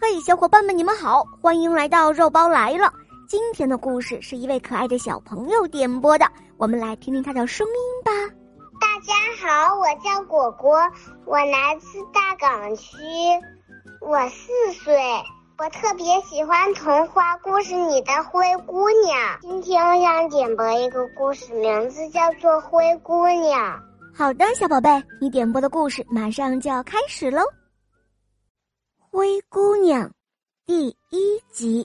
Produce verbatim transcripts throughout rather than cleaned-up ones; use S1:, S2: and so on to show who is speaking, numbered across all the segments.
S1: 嘿，小伙伴们，你们好，欢迎来到肉包来了。今天的故事是一位可爱的小朋友点播的，我们来听听他的声音吧。
S2: 大家好，我叫果果，我来自大港区，我四岁，我特别喜欢童话故事里的灰姑娘。今天我想点播一个故事，名字叫做《灰姑娘》。
S1: 好的，小宝贝，你点播的故事马上就要开始喽。灰姑娘第一集。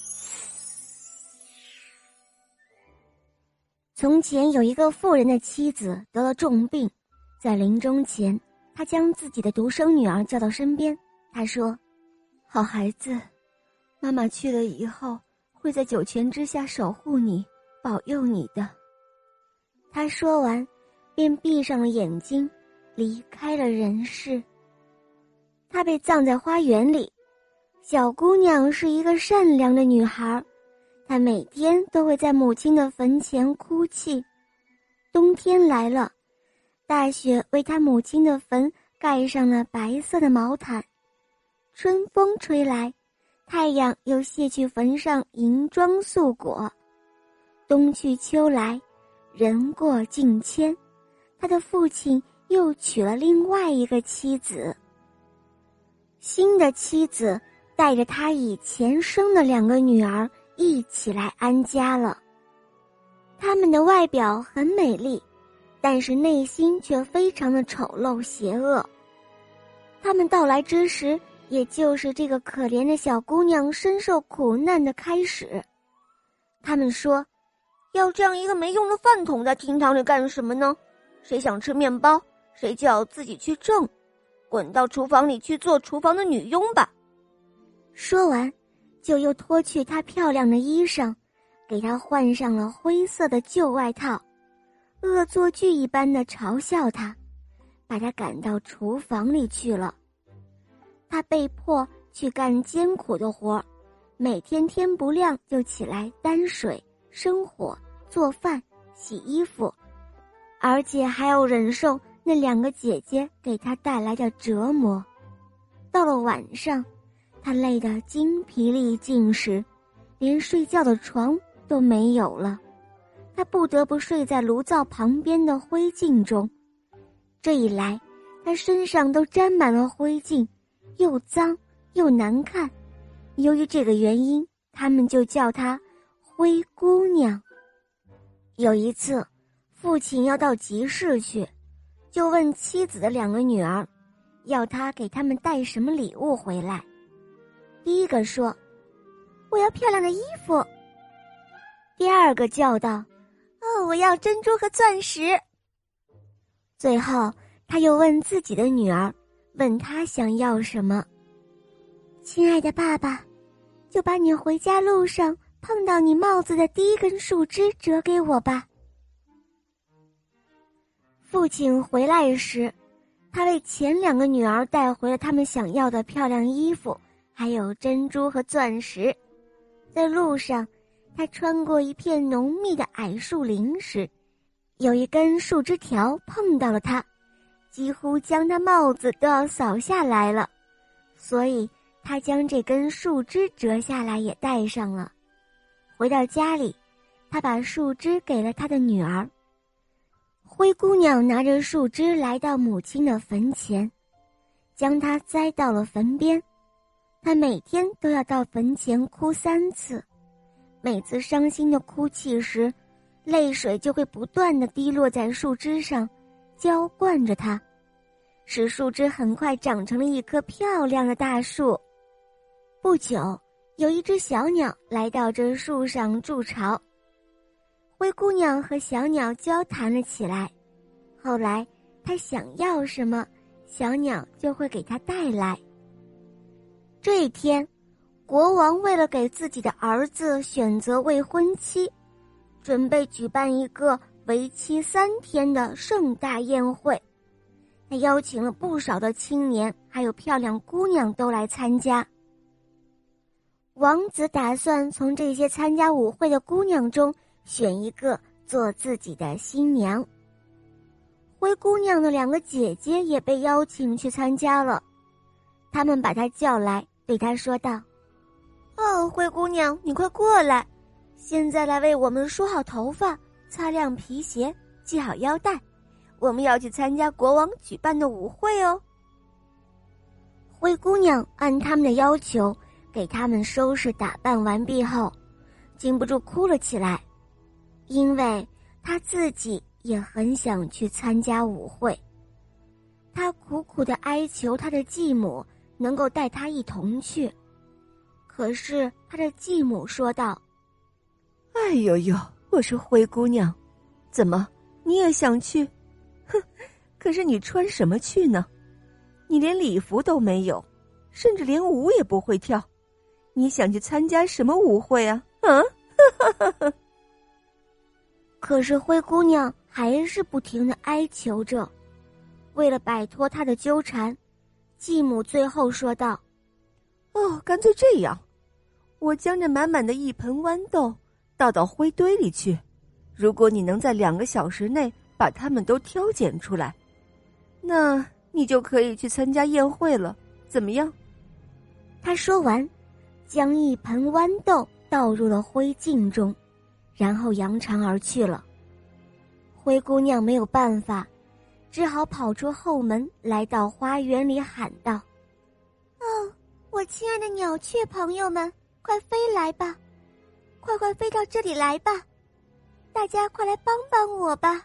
S1: 从前有一个富人的妻子得了重病，在临终前，他将自己的独生女儿叫到身边，他说：好孩子，妈妈去了以后会在九泉之下守护你，保佑你的。他说完便闭上了眼睛，离开了人世。她被葬在花园里。小姑娘是一个善良的女孩，她每天都会在母亲的坟前哭泣。冬天来了，大雪为她母亲的坟盖上了白色的毛毯。春风吹来，太阳又卸去坟上银装素裹。冬去秋来，人过境迁，她的父亲又娶了另外一个妻子。新的妻子带着他以前生的两个女儿一起来安家了。她们的外表很美丽，但是内心却非常的丑陋邪恶。她们到来之时，也就是这个可怜的小姑娘深受苦难的开始。他们说，要这样一个没用的饭桶在厅堂里干什么呢？谁想吃面包，谁就要自己去挣，滚到厨房里去做厨房的女佣吧。说完，就又脱去她漂亮的衣裳，给她换上了灰色的旧外套，恶作剧一般的嘲笑她，把她赶到厨房里去了。她被迫去干艰苦的活，每天天不亮就起来担水、生火、做饭、洗衣服，而且还要忍受那两个姐姐给她带来的折磨。到了晚上，她累得精疲力尽时，连睡觉的床都没有了，她不得不睡在炉灶旁边的灰烬中。这一来，她身上都沾满了灰烬，又脏又难看。由于这个原因，他们就叫她灰姑娘。有一次，父亲要到集市去，就问妻子的两个女儿，要她给他们带什么礼物回来。第一个说，我要漂亮的衣服。第二个叫道，哦，我要珍珠和钻石。最后他又问自己的女儿，问她想要什么。亲爱的爸爸，就把你回家路上碰到你帽子的第一根树枝折给我吧。父亲回来时，他为前两个女儿带回了他们想要的漂亮衣服，还有珍珠和钻石。在路上，他穿过一片浓密的矮树林时，有一根树枝条碰到了他，几乎将他帽子都要扫下来了，所以他将这根树枝折下来也戴上了。回到家里，他把树枝给了他的女儿。灰姑娘拿着树枝来到母亲的坟前，将它栽到了坟边。她每天都要到坟前哭三次，每次伤心的哭泣时，泪水就会不断地滴落在树枝上，浇灌着它，使树枝很快长成了一棵漂亮的大树。不久，有一只小鸟来到这树上筑巢。灰姑娘和小鸟交谈了起来，后来她想要什么，小鸟就会给她带来。这一天，国王为了给自己的儿子选择未婚妻，准备举办一个为期三天的盛大宴会。他邀请了不少的青年还有漂亮姑娘都来参加。王子打算从这些参加舞会的姑娘中选一个做自己的新娘。灰姑娘的两个姐姐也被邀请去参加了，她们把她叫来， 对她说道：“哦，灰姑娘，你快过来，现在来为我们梳好头发，擦亮皮鞋，系好腰带，我们要去参加国王举办的舞会哦。”灰姑娘按他们的要求给他们收拾打扮完毕后，禁不住哭了起来，因为她自己也很想去参加舞会。她苦苦地哀求她的继母能够带她一同去，可是她的继母说道：“
S3: 哎呦呦，我说灰姑娘，怎么你也想去？哼，可是你穿什么去呢？你连礼服都没有，甚至连舞也不会跳，你想去参加什么舞会啊？啊！”
S1: 可是灰姑娘还是不停地哀求着。为了摆脱她的纠缠，继母最后说道：“
S3: 哦，干脆这样，我将这满满的一盆豌豆倒到灰堆里去，如果你能在两个小时内把它们都挑拣出来，那你就可以去参加宴会了，怎么样？”
S1: 他说完，将一盆豌豆倒入了灰烬中，然后扬长而去了。灰姑娘没有办法，只好跑出后门，来到花园里喊道：“哦，我亲爱的鸟雀朋友们，快飞来吧，快快飞到这里来吧，大家快来帮帮我吧。”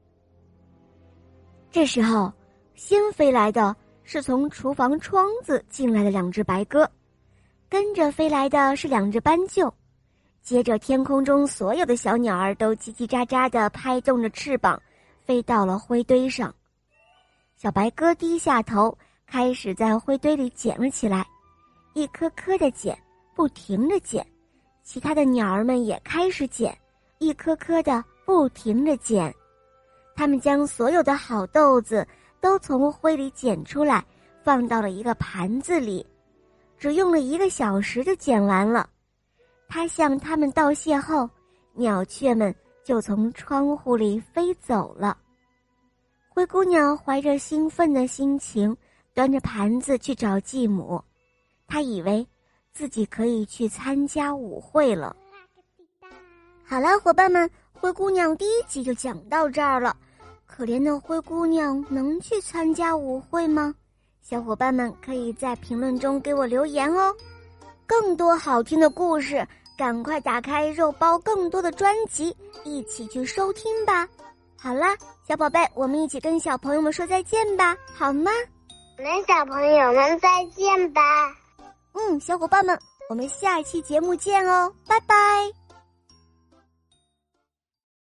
S1: 这时候，先飞来的是从厨房窗子进来的两只白鸽，跟着飞来的是两只斑鸠，接着天空中所有的小鸟儿都叽叽喳喳地拍动着翅膀，飞到了灰堆上。小白鸽低下头，开始在灰堆里捡了起来，一颗颗的捡，不停地捡。其他的鸟儿们也开始捡，一颗颗的不停地捡。它们将所有的好豆子都从灰里捡出来，放到了一个盘子里，只用了一个小时就捡完了。它向它们道谢后，鸟雀们就从窗户里飞走了。灰姑娘怀着兴奋的心情，端着盘子去找继母。她以为自己可以去参加舞会了。好了，伙伴们，灰姑娘第一集就讲到这儿了。可怜的灰姑娘能去参加舞会吗？小伙伴们可以在评论中给我留言哦。更多好听的故事，赶快打开肉包更多的专辑，一起去收听吧。好啦，小宝贝，我们一起跟小朋友们说再见吧，好吗？
S2: 我们小朋友们再见吧。
S1: 嗯，小伙伴们，我们下一期节目见哦，拜拜。